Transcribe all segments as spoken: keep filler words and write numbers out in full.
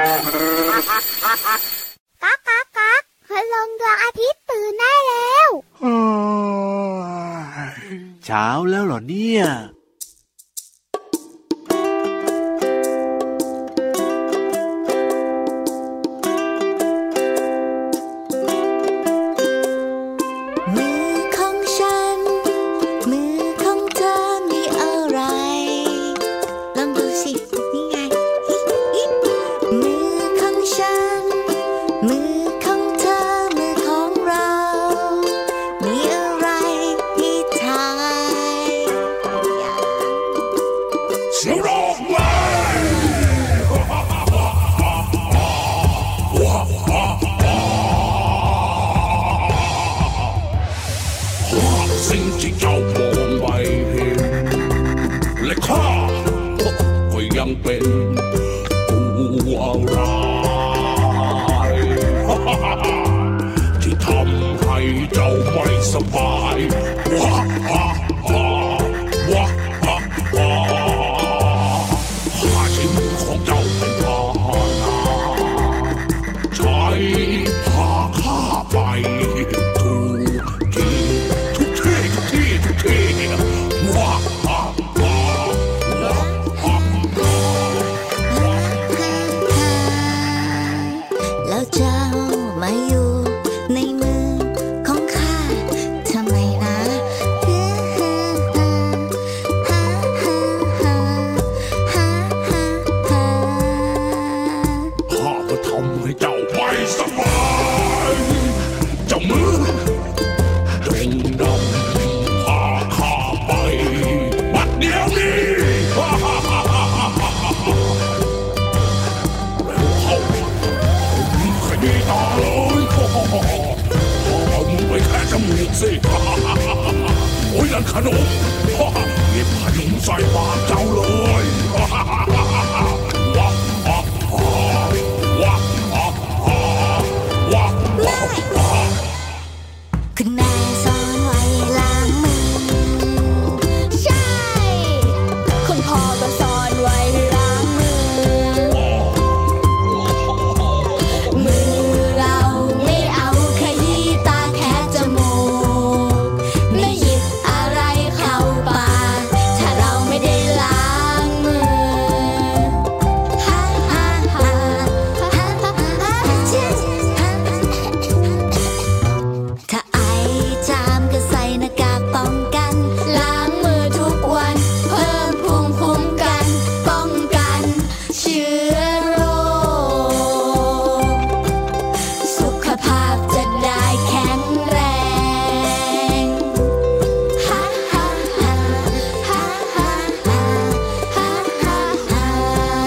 ก๊ากก๊ากก๊ากพลังดวงอาทิตย์ตื่นได้แล้วเช้าแล้วเหรอเนี่ยเป็นตัวร้ายที่ทำให้เจ้าไม่สบายว้าว้าว้าว้าว้าว้าหาชิ้นของเจ้าเป็นพาหนะใช้พาข้าไปทุกที่ทุกที่ทุกที่ทุกที่ว้าเจ้ามาอยู่ในมือของข้าทำไมนะฮ่าฮ่าฮ่าฮ่าฮ่าฮ่าฮ่าฮ่าข้าจะทำให้เจ้าไม่สบายเจ้ามือจงนำพาข้าไปบัดเดี๋ยวนี้ดีตาเลยพ่อมึงไปแค่จมูกสิโอ้ยนั่นขนมเก็บขนมใส่ปากเจ้าเลยว้าว้าว้าว้าว้าคุณแม่สอนไว้ล้างมือใช่คุณพ่อก็สอนไว้ล้างมือมือเราไม่เอาขยี้ตาแคะจมูกไม่หยิบอะไรเข้าปากถ้าเราไม่ได้ล้างมือฮ่าฮ่าฮ่าฮ่าฮ่าฮ่าถ้าไอจามก็ใส่หน้ากากป้องกันล้างมือทุกวันเพิ่มภูมิคุ้มกันป้องกันเชื้อโรคสุขภาพจะได้แข็งแรงฮ่าฮ่าฮ่าฮ่าฮ่าฮ่าฮ่าฮ่าฮ่า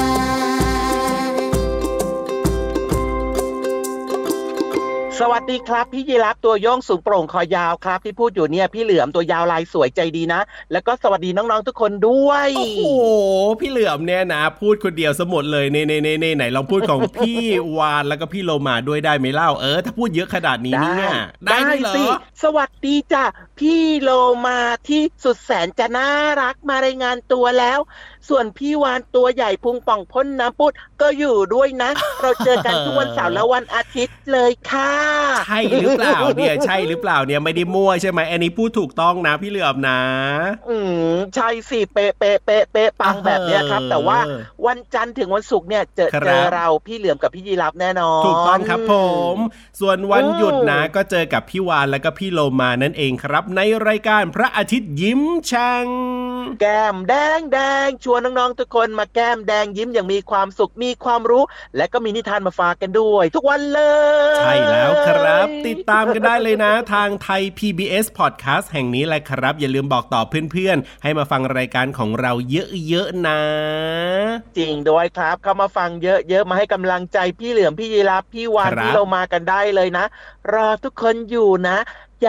สวัสดีครับพี่ยีรับตัวโยงสูงโปร่งคอยาวครับที่พูดอยู่เนี่ยพี่เหลือมตัวยาวลายสวยใจดีนะแล้วก็สวัสดีน้องๆทุกคนด้วยโอ้โหพี่เหลือมเนี่ยนะพูดคนเดียวซะหมดเลยเน่เน่เน่เน่ไหนลองพูดของพี่วานแล้วก็พี่โลมาด้วยได้ไหมเล่าเออถ้าพูดเยอะขนาดนี้เนี่ยได้เหรอสวัสดีจ้ะพี่โลมาที่สุดแสนจะน่ารักมารายงานตัวแล้วส่วนพี่วานตัวใหญ่พุงป่องพ่นน้ำปุดก็อยู่ด้วยนะเราเจอกันทุกวันเสาร์และวันอาทิตย์เลยค่ะใช่หรือเปล่าเนี่ยใช่หรือเปล่าเนี่ยไม่ได้มั่วใช่ไหมอันนี้พูดถูกต้องนะพี่เหลือมนะอืมใช่สิเป๊ะเป๊ะเป๊ะเป๊ะปังแบบเนี้ยครับแต่ว่าวันจันทร์ถึงวันศุกร์เนี่ยเจอเจอเราพี่เหลือมกับพี่ยีรับแน่นอนถูกต้องครับผมส่วนวันหยุดนะก็เจอกับพี่วานแล้วก็พี่โลมานั่นเองครับในรายการพระอาทิตย์ยิ้มแฉ่งแก้มแดงแดงชวนน้องๆทุกคนมาแก้มแดงยิ้มอย่างมีความสุขมีความรู้และก็มีนิทานมาฝากกันด้วยทุกวันเลยใช่แล้วครับติดตามกันได้เลยนะทางไทย พี บี เอส Podcast แห่งนี้แหละครับอย่าลืมบอกต่อเพื่อนๆให้มาฟังรายการของเราเยอะๆนะจริงด้วยครับเข้ามาฟังเยอะๆมาให้กำลังใจพี่เหลือมพี่ยีรับพี่วานพี่โลมากันได้เลยนะรอทุกคนอยู่นะอย่าง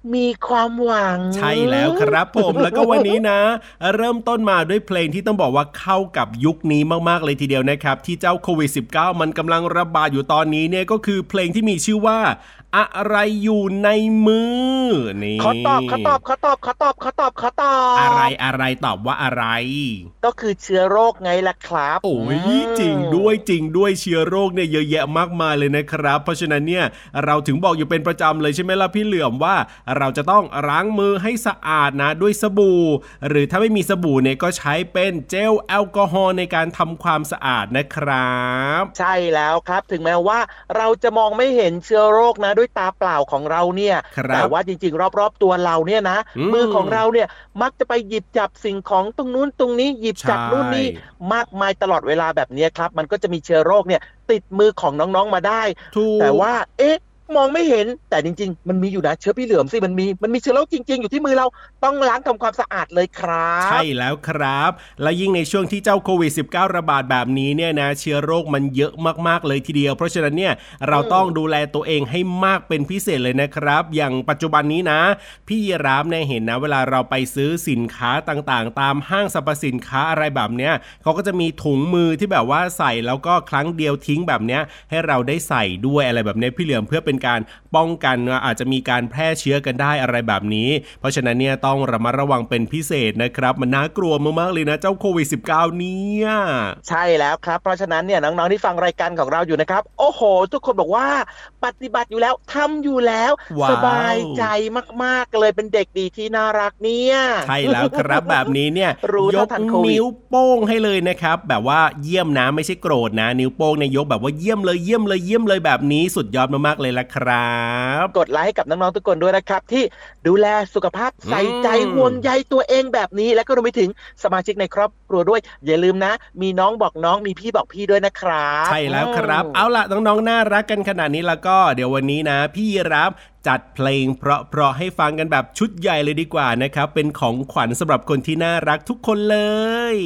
มีความหวังใช่แล้วครับผมแล้วก็วันนี้นะเริ่มต้นมาด้วยเพลงที่ต้องบอกว่าเข้ากับยุคนี้มากๆเลยทีเดียวนะครับที่เจ้าโควิด สิบเก้า มันกำลังระบาดอยู่ตอนนี้เนี่ยก็คือเพลงที่มีชื่อว่าอะไรอยู่ในมือนี่ขอตอบขอตอบขอตอบขอตอบขอตอบขอตอบอะไรอะไรตอบว่าอะไรก็คือเชื้อโรคไงล่ะครับโอ้ยจริงด้วยจริงด้วยเชื้อโรคเนี่ยเยอะแยะมากมายเลยนะครับเพราะฉะนั้นเนี่ยเราถึงบอกอยู่เป็นประจำเลยใช่ไหมล่ะพี่เหลื่อมว่าเราจะต้องล้างมือให้สะอาดนะด้วยสบู่หรือถ้าไม่มีสบู่เนี่ยก็ใช้เป็นเจลแอลกอฮอล์ในการทำความสะอาดนะครับใช่แล้วครับถึงแม้ว่าเราจะมองไม่เห็นเชื้อโรคนะด้วยตาเปล่าของเราเนี่ยแต่ว่าจริงๆรอบๆตัวเราเนี่ยนะมือของเราเนี่ยมักจะไปหยิบจับสิ่งของตรงนู้นตรงนี้หยิบจับนู่นนี่มากมายตลอดเวลาแบบนี้ครับมันก็จะมีเชื้อโรคเนี่ยติดมือของน้องๆมาได้แต่ว่าเอ๊ะมองไม่เห็นแต่จริงๆมันมีอยู่นะเชื้อพี่เหลือมสิมันมีมันมีเชื้อโรคจริงๆอยู่ที่มือเราต้องล้างทำความสะอาดเลยครับใช่แล้วครับและยิ่งในช่วงที่เจ้าโควิด สิบเก้า ระบาดแบบนี้เนี่ยนะเชื้อโรคมันเยอะมากๆเลยทีเดียวเพราะฉะนั้นเนี่ยเราต้องดูแลตัวเองให้มากเป็นพิเศษเลยนะครับอย่างปัจจุบันนี้นะพี่ยีราฟเนี่ยเห็นนะเวลาเราไปซื้อสินค้าต่างๆตามห้างสรรพสินค้าอะไรแบบเนี้ยเขาก็จะมีถุงมือที่แบบว่าใส่แล้วก็ครั้งเดียวทิ้งแบบเนี้ยให้เราได้ใส่ด้วยอะไรแบบนี้พี่เหลือมเพื่อเป็นการป้องกันอาจจะมีการแพร่เชื้อกันได้อะไรแบบนี้เพราะฉะนั้นเนี่ยต้องระมัดระวังเป็นพิเศษนะครับมันน่ากลัวมากๆเลยนะเจ้าโควิด สิบเก้า เนี่ยใช่แล้วครับเพราะฉะนั้นเนี่ยน้องๆที่ฟังรายการของเราอยู่นะครับโอ้โหทุกคนบอกว่าปฏิบัติอยู่แล้วทำอยู่แล้วสบายใจมากๆเลยเป็นเด็กดีที่น่ารักเนี่ยใช่แล้วครับแบบนี้เนี่ยยกนิ้วโป้งให้เลยนะครับแบบว่าเยี่ยมนะไม่ใช่โกรธนะนิ้วโป้งเนี่ยยกแบบว่าเยี่ยมเลยเยี่ยมเลยเยี่ยมเลยแบบนี้สุดยอดมากๆเลยละครับกดไลค์ให้กับน้องๆทุกคนด้วยนะครับที่ดูแลสุขภาพใส่ใจห่วงใยตัวเองแบบนี้และก็รวมไปถึงสมาชิกในครอบครัวด้วยอย่าลืมนะมีน้องบอกน้องมีพี่บอกพี่ด้วยนะครับใช่แล้วครับเอาล่ะน้องๆน่ารักกันขนาดนี้แล้วก็เดี๋ยววันนี้นะพี่รับจัดเพลงเพราะๆให้ฟังกันแบบชุดใหญ่เลยดีกว่านะครับเป็นของขวัญสำหรับคนที่น่ารักทุกคนเลย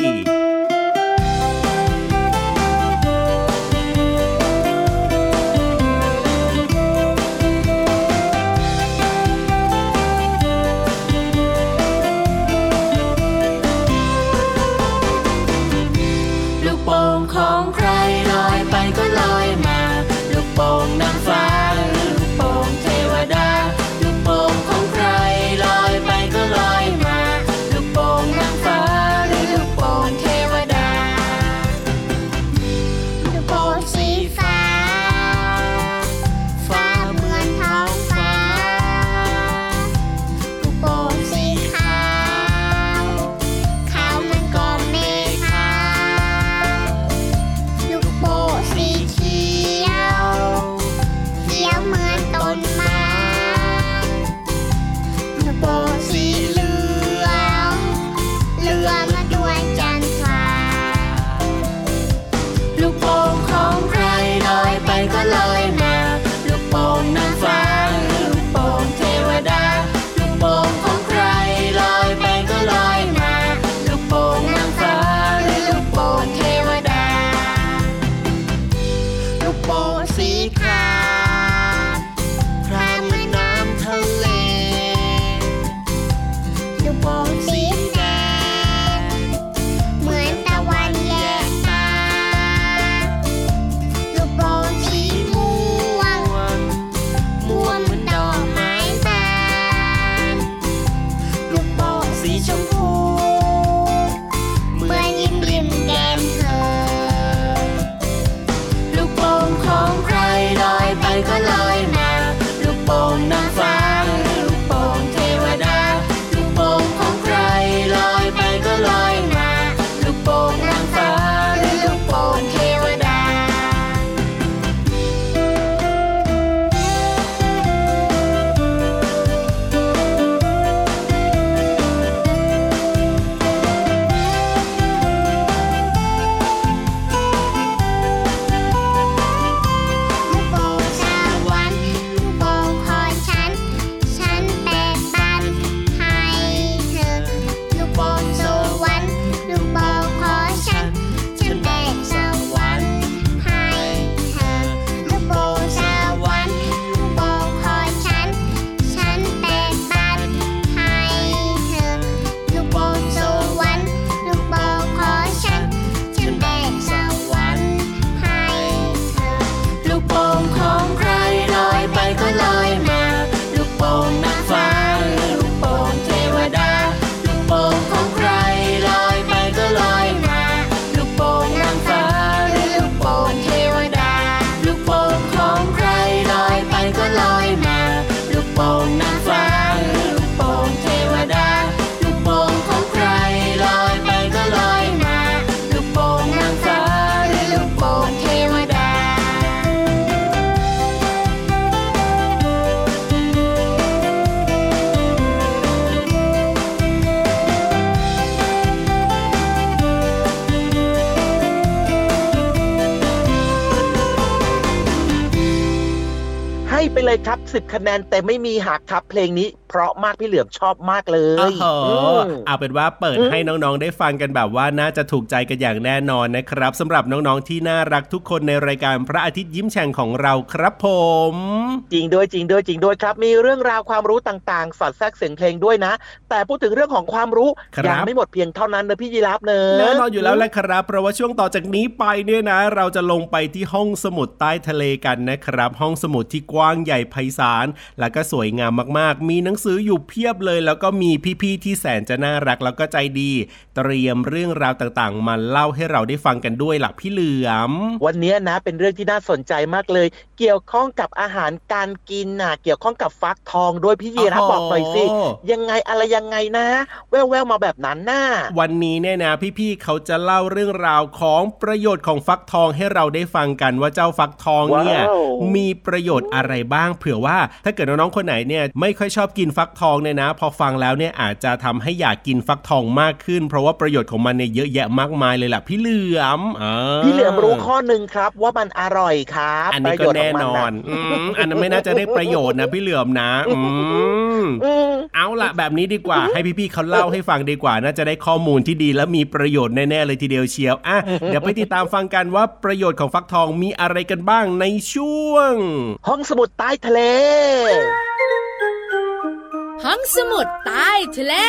ของใครลอยไปก็ลอยมาลูกโป่งนางฟ้าลูกโป่งเทวดาลูกโป่งของใครลอยไปก็ลอยมาลูกโป่งนางฟ้าหรือลูกโป่งเทวให้ไปเลยครับสิบคะแนนแต่ไม่มีหักครับเพลงนี้เพราะมากพี่เหลือมชอบมากเลยโอ้โหเอาเป็นว่าเปิดให้น้องๆได้ฟังกันแบบว่าน่าจะถูกใจกันอย่างแน่นอนนะครับสำหรับน้องๆที่น่ารักทุกคนในรายการพระอาทิตย์ยิ้มแฉ่งของเราครับผมจริงด้วยจริงด้วยจริงด้วยครับมีเรื่องราวความรู้ต่างๆสอดแทรกเสียงเพลงด้วยนะแต่พูดถึงเรื่องของความรู้ยังไม่หมดเพียงเท่านั้นนะพี่ยีราฟเนอะแน่นอนอยู่แล้วแหละครับเพราะว่าช่วงต่อจากนี้ไปเนี่ยนะเราจะลงไปที่ห้องสมุดใต้ทะเลกันนะครับห้องสมุดที่กว้างใหญ่ไพศาลและก็สวยงามมากๆมีหนังสืออยู่เพียบเลยแล้วก็มีพี่ๆที่แสนจะน่ารักแล้วก็ใจดีเตรียมเรื่องราวต่างๆมาเล่าให้เราได้ฟังกันด้วยล่ะพี่เหลือมวันนี้นะเป็นเรื่องที่น่าสนใจมากเลยเกี่ยวข้องกับอาหารการกินน่ะเกี่ยวข้องกับฟักทองด้วยพี่ยีรับบอกหน่อยสิยังไงอะไรยังไงนะแว่วๆมาแบบนั้นน่ะวันนี้เนี่ยนะพี่ๆเขาจะเล่าเรื่องราวของประโยชน์ของฟักทองให้เราได้ฟังกันว่าเจ้าฟักทองเนี่ย wow. มีประโยชน์อะไรบ้างเผื่อว่าถ้าเกิดน้องๆคนไหนเนี่ยไม่ค่อยชอบกินฟักทองเนี่ยนะพอฟังแล้วเนี่ยอาจจะทำให้อยากกินฟักทองมากขึ้นเพราะว่าประโยชน์ของมันเนี่ยเยอะแยะมากมายเลยล่ะพี่เหลือมพี่เหลือมรู้ข้อนึงครับว่ามันอร่อยครับอันนี้ก็แน่นอนอันนั้นไม่น่าจะได้ประโยชน์นะพี่เหลือมนะเอาล่ะแบบนี้ดีกว่าให้พี่ๆเขาเล่าให้ฟังดีกว่าน่าจะได้ข้อมูลที่ดีและมีประโยชน์แน่ๆเลยทีเดียวเชียวอ่ะเดี๋ยวไปติดตามฟังกันว่าประโยชน์ของฟักทองมีอะไรกันบ้างในช่วงห้องสมุดใต้ทะเลห้องสมุดใต้ทะเล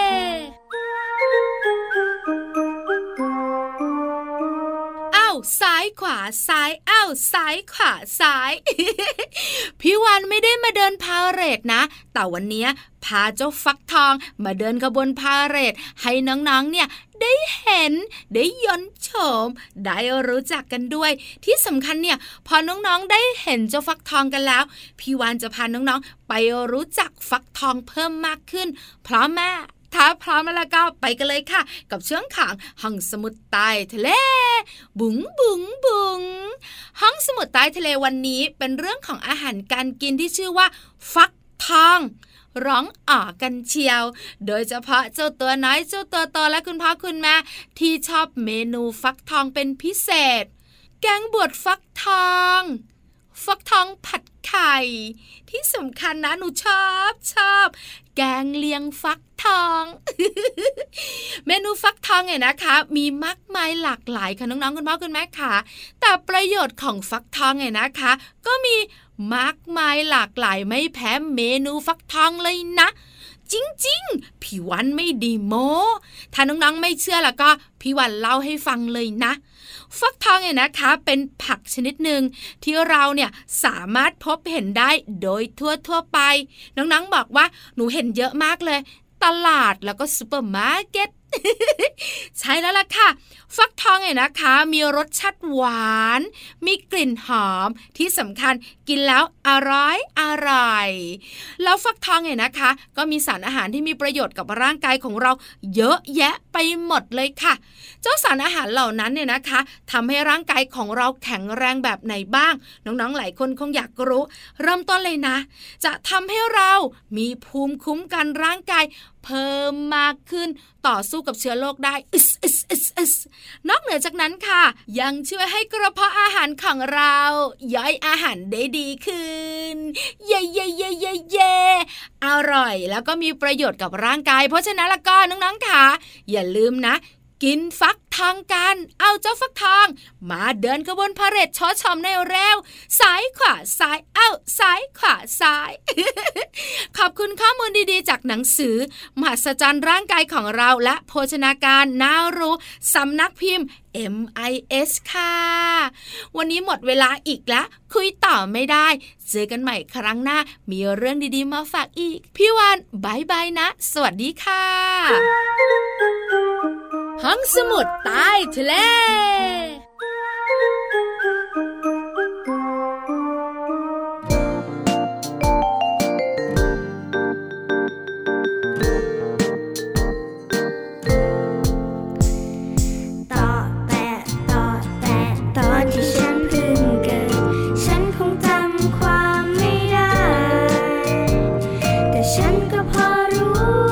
อ้าวซ้ายขวาซ้ายอ้าวซ้ายขวาซ้าย พี่วันไม่ได้มาเดินพาเหรดนะแต่วันนี้พาเจ้าฟักทองมาเดินขบวนพาเหรดให้น้องๆเนี่ยได้เห็นได้ยนต์โฉมได้รู้จักกันด้วยที่สำคัญเนี่ยพอน้องๆได้เห็นเจ้าฟักทองกันแล้วพี่วานจะพาน้องๆไปรู้จักฟักทองเพิ่มมากขึ้นพร้อมแม่ถ้าพร้อมแล้วก็ไปกันเลยค่ะกับช่วงของห้องสมุดใต้ทะเลบุ๋งบุ๋งบุ๋งห้องสมุดใต้ทะเลวันนี้เป็นเรื่องของอาหารการกินที่ชื่อว่าฟักทองร้องอ๋อกันเชียวโดยเฉพาะเจ้าตัวน้อยเจ้าตัวโตและคุณพ่อคุณแม่ที่ชอบเมนูฟักทองเป็นพิเศษแกงบวชฟักทองฟักทองผัดไข่ที่สำคัญนะหนูชอบชอบแกงเลียงฟักทอง เมนูฟักทองเนี่ยนะคะมีมากมายหลากหลายค่ะน้องๆคุณพ่อคุณแม่ค่ะแต่ประโยชน์ของฟักทองเนี่ยนะคะก็มีมากมายหลากหลายไม่แพ้เมนูฟักทองเลยนะจริงๆพี่วันไม่ดีโม้ถ้าน้องๆไม่เชื่อแล้วก็พี่วันเล่าให้ฟังเลยนะฟักทองเนี่ยนะคะเป็นผักชนิดหนึ่งที่เราเนี่ยสามารถพบเห็นได้โดยทั่วๆไปน้องๆบอกว่าหนูเห็นเยอะมากเลยตลาดแล้วก็ซุปเปอร์มาร์เก็ต ใช่แล้วล่ะค่ะฟักทองเนี่ยนะคะมีรสชาติหวานมีกลิ่นหอมที่สำคัญกินแล้วอร่อยอร่อยแล้วฟักทองเนี่ยนะคะก็มีสารอาหารที่มีประโยชน์กับร่างกายของเราเยอะแยะไปหมดเลยค่ะเจ้าสารอาหารเหล่านั้นเนี่ยนะคะทำให้ร่างกายของเราแข็งแรงแบบไหนบ้างน้องๆหลายคนคงอยากรู้เริ่มต้นเลยนะจะทำให้เรามีภูมิคุ้มกันร่างกายเพิ่มมากขึ้นต่อสู้กับเชื้อโรคได้อึสอึสอึสอึสนอกเหนือจากนั้นค่ะยังช่วยให้กระเพาะอาหารของเราย่อยอาหารได้ดีขึ้นเย่เย่เย่เย่เย่อร่อยแล้วก็มีประโยชน์กับร่างกายเพราะฉะนั้นแล้วก็น้องๆค่ะอย่าลืมนะกินฟักทองกันเอาเจ้าฟักทองมาเดินขบวนพาเหรดช้อชอมในเร็วซ้ายขวาซ้ายเอ้าซ้ายขวาซ้าย ขอบคุณข้อมูลดีๆจากหนังสือมหัศจรรย์ร่างกายของเราและโภชนาการน่ารู้สำนักพิมพ์ เอ็ม ไอ เอส ค่ะวันนี้หมดเวลาอีกแล้วคุยต่อไม่ได้เจอกันใหม่ครั้งหน้ามีเรื่องดีๆมาฝากอีกพี่วานบายบายนะสวัสดีค่ะห้องสมุดใต้ทะเล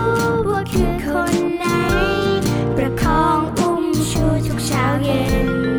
ประคองอุ้มชูทุกเช้าเย็น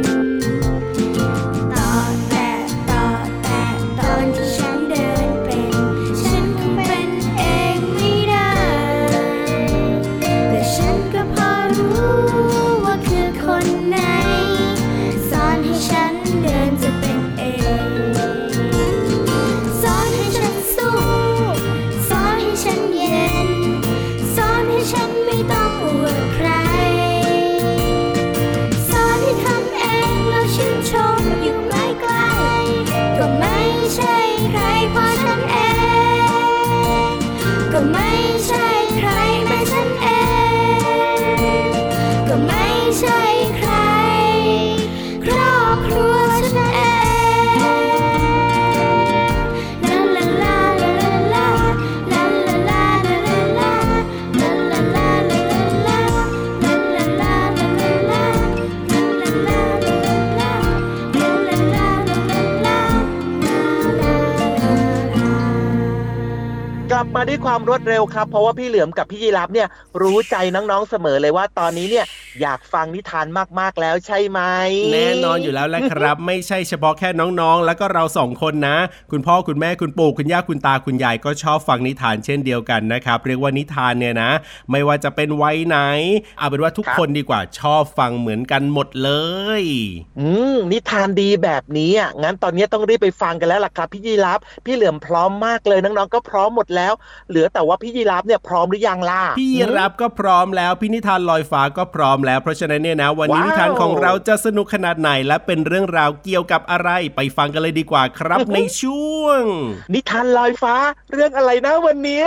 ลับมาด้วยความรวดเร็วครับเพราะว่าพี่เหลือมกับพี่ยีรับเนี่ยรู้ใจน้องๆเสมอเลยว่าตอนนี้เนี่ยอยากฟังนิทานมากๆแล้วใช่ไหมแน่นอนอยู่แล้วแหละครับ ไม่ใช่เฉพาะแค่น้องๆแล้วก็เราสองคนนะคุณพ่อคุณแม่คุณปู่คุณย่าคุณตาคุณยายก็ชอบฟังนิทานเช่นเดียวกันนะครับเรียกว่านิทานเนี่ยนะไม่ว่าจะเป็นวัยไหนเอาเป็นว่าทุกคนดีกว่าชอบฟังเหมือนกันหมดเลยอืมนิทานดีแบบนี้อ่ะงั้นตอนนี้ต้องรีบไปฟังกันแล้วล่ะครับพี่ยีรับพี่เหลือมพร้อมมากเลยน้องๆก็พร้อมหมดแล้วเหลือแต่ว่าพี่ยีรับเนี่ยพร้อมหรือยังล่ะพี่ยีรับก็พร้อมแล้วพี่นิทานลอยฟ้าก็พร้อมแล้วเพราะฉะนั้นเนี่ยนะวันนี้นิทานของเราจะสนุกขนาดไหนและเป็นเรื่องราวเกี่ยวกับอะไรไปฟังกันเลยดีกว่าครับในช่วงนิทานลอยฟ้าเรื่องอะไรนะวันนี้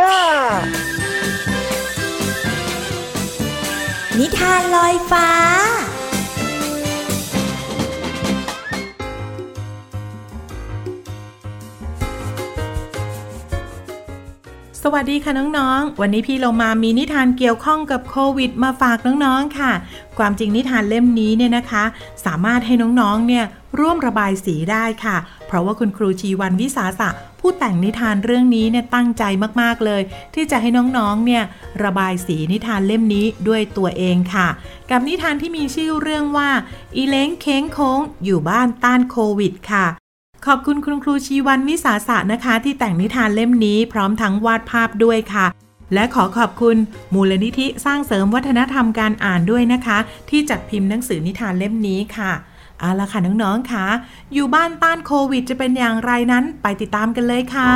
นิทานลอยฟ้าสวัสดีค่ะน้องๆวันนี้พี่โลมามีนิทานเกี่ยวข้องกับโควิดมาฝากน้องๆค่ะความจริงนิทานเล่มนี้เนี่ยนะคะสามารถให้น้องๆเนี่ยร่วมระบายสีได้ค่ะเพราะว่าคุณครูชีวันวิสาสะผู้แต่งนิทานเรื่องนี้เนี่ยตั้งใจมากๆเลยที่จะให้น้องๆเนี่ยระบายสีนิทานเล่มนี้ด้วยตัวเองค่ะกับนิทานที่มีชื่อเรื่องว่าอีเล้งเค้งโค้งอยู่บ้านต้านโควิดค่ะขอบคุณคุณครูชีวันวิสาสะนะคะที่แต่งนิทานเล่มนี้พร้อมทั้งวาดภาพด้วยค่ะและขอขอบคุณมูลนิธิสร้างเสริมวัฒนธรรมการอ่านด้วยนะคะที่จัดพิมพ์หนังสือนิทานเล่มนี้ค่ะเอาล่ะค่ะน้องๆค่ะอยู่บ้านต้านโควิดจะเป็นอย่างไรนั้นไปติดตามกันเลยค่ะ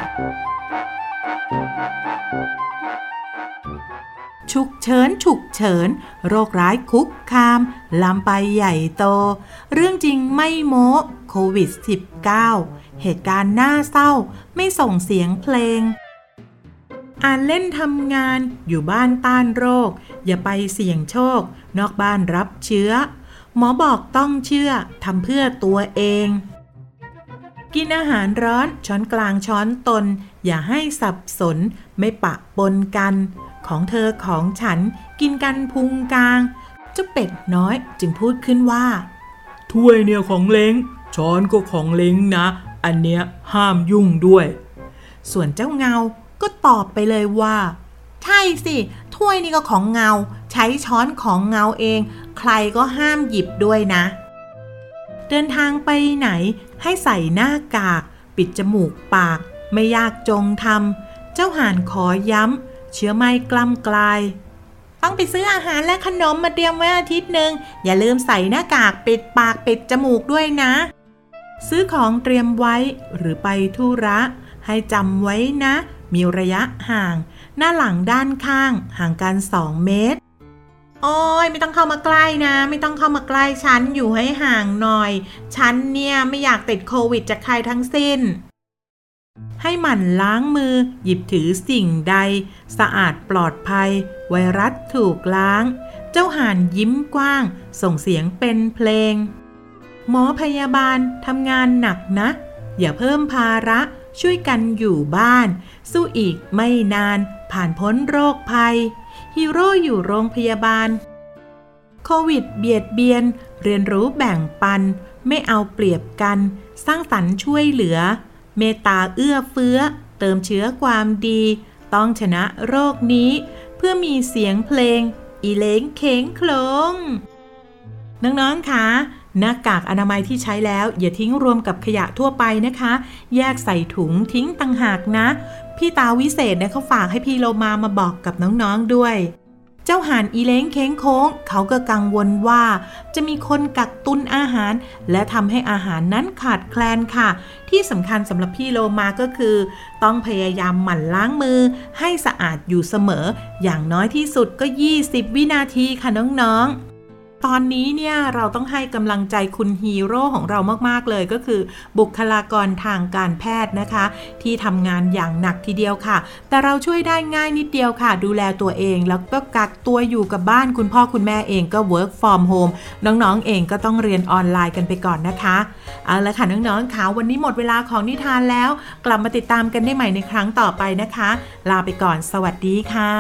ฉุกเฉินฉุกเฉินโรคร้ายคุกคามลามไปใหญ่โตเรื่องจริงไม่โม้โควิด สิบเก้า เหตุการณ์น่าเศร้าไม่ส่งเสียงเพลงอ่านเล่นทำงานอยู่บ้านต้านโรคอย่าไปเสี่ยงโชคนอกบ้านรับเชื้อหมอบอกต้องเชื่อทำเพื่อตัวเองกินอาหารร้อนช้อนกลางช้อนตนอย่าให้สับสนไม่ปะปนกันของเธอของฉันกินกันพุงกลางเจ้าเป็ดน้อยจึงพูดขึ้นว่าถ้วยเนี่ยของเล้งช้อนก็ของเล้งนะอันเนี้ยห้ามยุ่งด้วยส่วนเจ้าเงาก็ตอบไปเลยว่าใช่สิถ้วยนี่ก็ของเงาใช้ช้อนของเงาเองใครก็ห้ามหยิบด้วยนะเดินทางไปไหนให้ใส่หน้ากากปิดจมูกปากไม่ยากจงทำเจ้าห่านขอย้ำเชื้อไม่กล้ำกลายต้องไปซื้ออาหารและขนมมาเตรียมไว้อาทิตย์หนึ่งอย่าลืมใส่หน้ากากปิดปากปิดจมูกด้วยนะซื้อของเตรียมไว้หรือไปธุระให้จำไว้นะมีระยะห่างหน้าหลังด้านข้างห่างกันสองเมตรโอ้ยไม่ต้องเข้ามาใกล้นะไม่ต้องเข้ามาใกล้ฉันอยู่ให้ห่างหน่อยฉันเนี่ยไม่อยากติดโควิดจากใครทั้งสิ้นให้หมั่นล้างมือหยิบถือสิ่งใดสะอาดปลอดภัยไวรัสถูกล้างเจ้าห่านยิ้มกว้างส่งเสียงเป็นเพลงหมอพยาบาลทำงานหนักนะอย่าเพิ่มภาระช่วยกันอยู่บ้านสู้อีกไม่นานผ่านพ้นโรคภัยฮีโร่อยู่โรงพยาบาลโควิดเบียดเบียนเรียนรู้แบ่งปันไม่เอาเปรียบกันสร้างสรรค์ช่วยเหลือเมตตาเอื้อเฟื้อเติมเชื้อความดีต้องชนะโรคนี้เพื่อมีเสียงเพลงอีเล้งเค้งโคลงน้องๆคะหน้ากากอนามัยที่ใช้แล้วอย่าทิ้งรวมกับขยะทั่วไปนะคะแยกใส่ถุงทิ้งต่างหากนะพี่ตาวิเศษเนี่ยเขาฝากให้พี่โลมามาบอกกับน้องๆด้วยเจ้าห่านอีเล้งเค้งโค้งเขาก็กังวลว่าจะมีคนกักตุนอาหารและทำให้อาหารนั้นขาดแคลนค่ะที่สำคัญสำหรับพี่โลมาก็คือต้องพยายามหมั่นล้างมือให้สะอาดอยู่เสมออย่างน้อยที่สุดก็ยี่สิบวินาทีค่ะน้องๆตอนนี้เนี่ยเราต้องให้กำลังใจคุณฮีโร่ของเรามากๆเลยก็คือบุคลากรทางการแพทย์นะคะที่ทำงานอย่างหนักทีเดียวค่ะแต่เราช่วยได้ง่ายนิดเดียวค่ะดูแลตัวเองแล้วก็กักตัวอยู่กับบ้านคุณพ่อคุณแม่เองก็ work from home น้องๆเองก็ต้องเรียนออนไลน์กันไปก่อนนะคะเอาละค่ะน้องๆค่ะวันนี้หมดเวลาของนิทานแล้วกลับมาติดตามกันได้ใหม่ในครั้งต่อไปนะคะลาไปก่อนสวัสดีค่ะ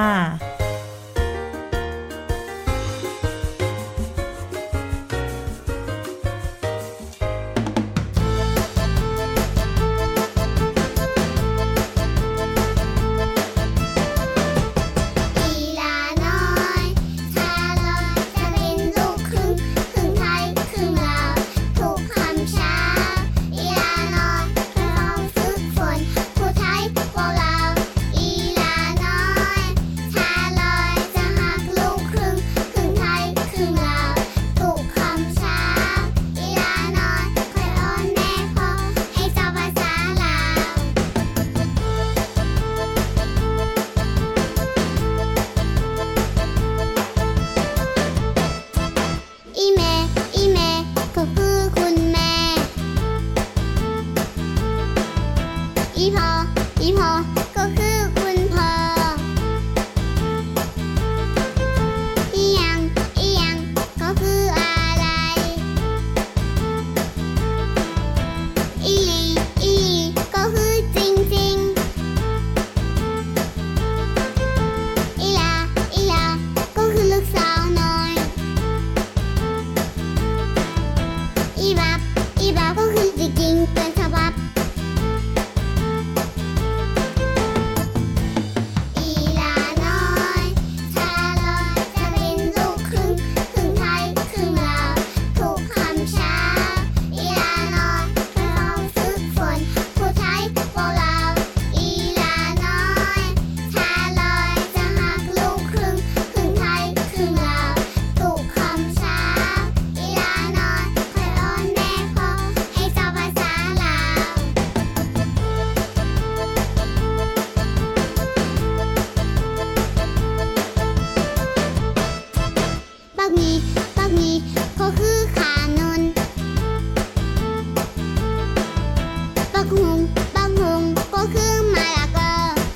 กหุงบักหุงก็คือมะละกอ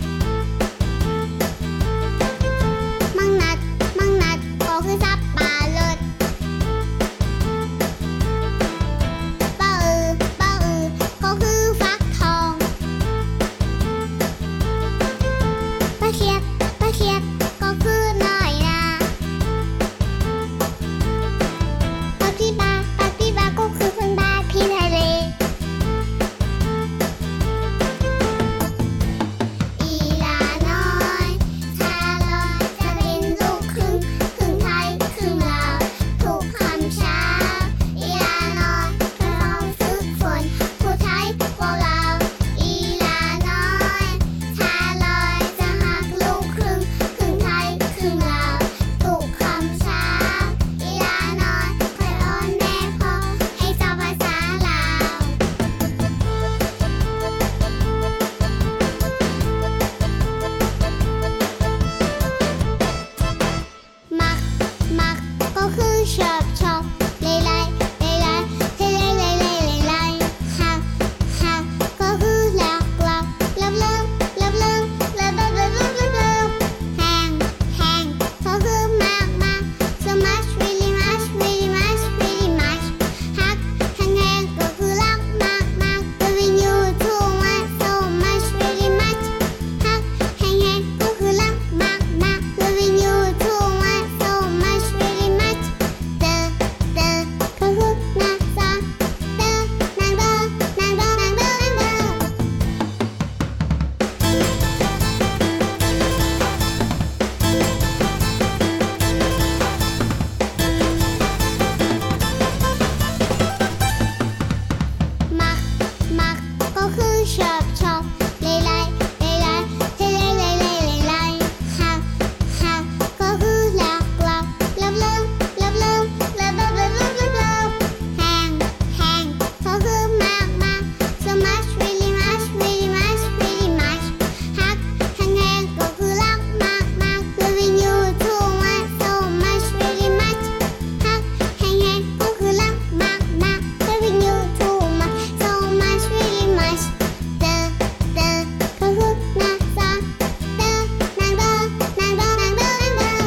มังนัดมังนัดก็คือสับปะรดปะอือปะอือก็คือฟักทองปะเขียดปะเขียดก็คือน้อยนาปะปีบาปะปีบาก็คือเพิ่นบาพี่ทะเลอีลาน้อยชาลอยจะเป็นลูกครึ่งครึ่งไทยครึ่งลาวถูกคำช้าอีลาน้อยเธอลองฝึกฝนผู้ไทยพวกเราอีลาน้อยชาลอยจะหักลูกครึ่งครึ่งไทยครึ่งลาวถูกคำช้าอีลาน้อยคอยอ้อนแม่พ่อให้เจ้าภาษาลาวมักมักก็คือชอบชอบเลไลเลไลเฮเลเลเลเลไลฮักฮักก็คือรักรักเลิฟเลิฟเลิฟเลิฟเลิฟเลิฟเลิฟเลิฟเลิฟเลิฟแฮงแฮงก็คือมากมาก so much really much really much really much ฮักแฮงแฮงก็คือรักมากมาก loving you too much so much really much ฮักแฮงแฮงก็คือรักมากมาก loving you too much so much really much เดอเดอก็คือนาซาเดอนางเดอนางเดอนางเดอนางเดอ มักมักก็คือชอบชอบเลไลเลไลเฮเลเลเลเลไลฮักฮักก็คือรักรักเลิฟเลิฟเลิฟเลิฟเลิฟเลิฟเลิฟเลิฟเลิฟเลิฟแฮงแฮงก็คือมากมาก so much really much really much really much ฮักแฮงแฮงก็คือรักมากมาก loving you too much so much really much ฮักแฮงแฮงก็คือรักมากมาก loving you too much so much really much เดอเดอก็คือนาซาเดอนางเดอนางเดอนางเดอนางเดอ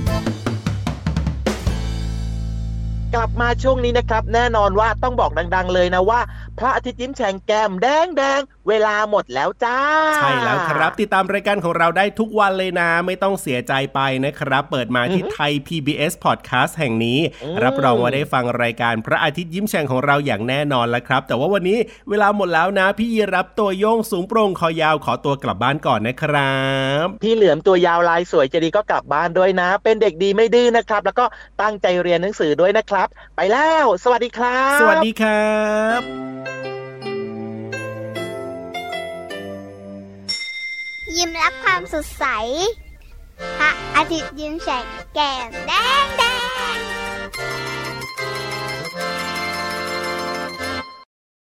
กลับมาช่วงนี้นะครับแน่นอนว่าต้องบอกดังๆเลยนะว่าพระอาทิตย์ยิ้มแฉ่งแก้มแดงแดงเวลาหมดแล้วจ้าใช่แล้วครับติดตามรายการของเราได้ทุกวันเลยนะไม่ต้องเสียใจไปนะครับเปิดมาที่ไทย พี บี เอส Podcast แห่งนี้รับรองว่าได้ฟังรายการพระอาทิตย์ยิ้มแฉ่งของเราอย่างแน่นอนแล้วครับแต่ว่าวันนี้เวลาหมดแล้วนะพี่ยีรับตัวโยงสูงโปร่งคอยาวขอตัวกลับบ้านก่อนนะครับพี่เหลือมตัวยาวลายสวยจะดีก็กลับบ้านด้วยนะเป็นเด็กดีไม่ดื้อนะครับแล้วก็ตั้งใจเรียนหนังสือด้วยนะครับไปแล้วสวัสดีครับสวัสดีครับยิ้มรับความสดใสพระอาทิตย์ยิ้มแฉกแก้มแดงแด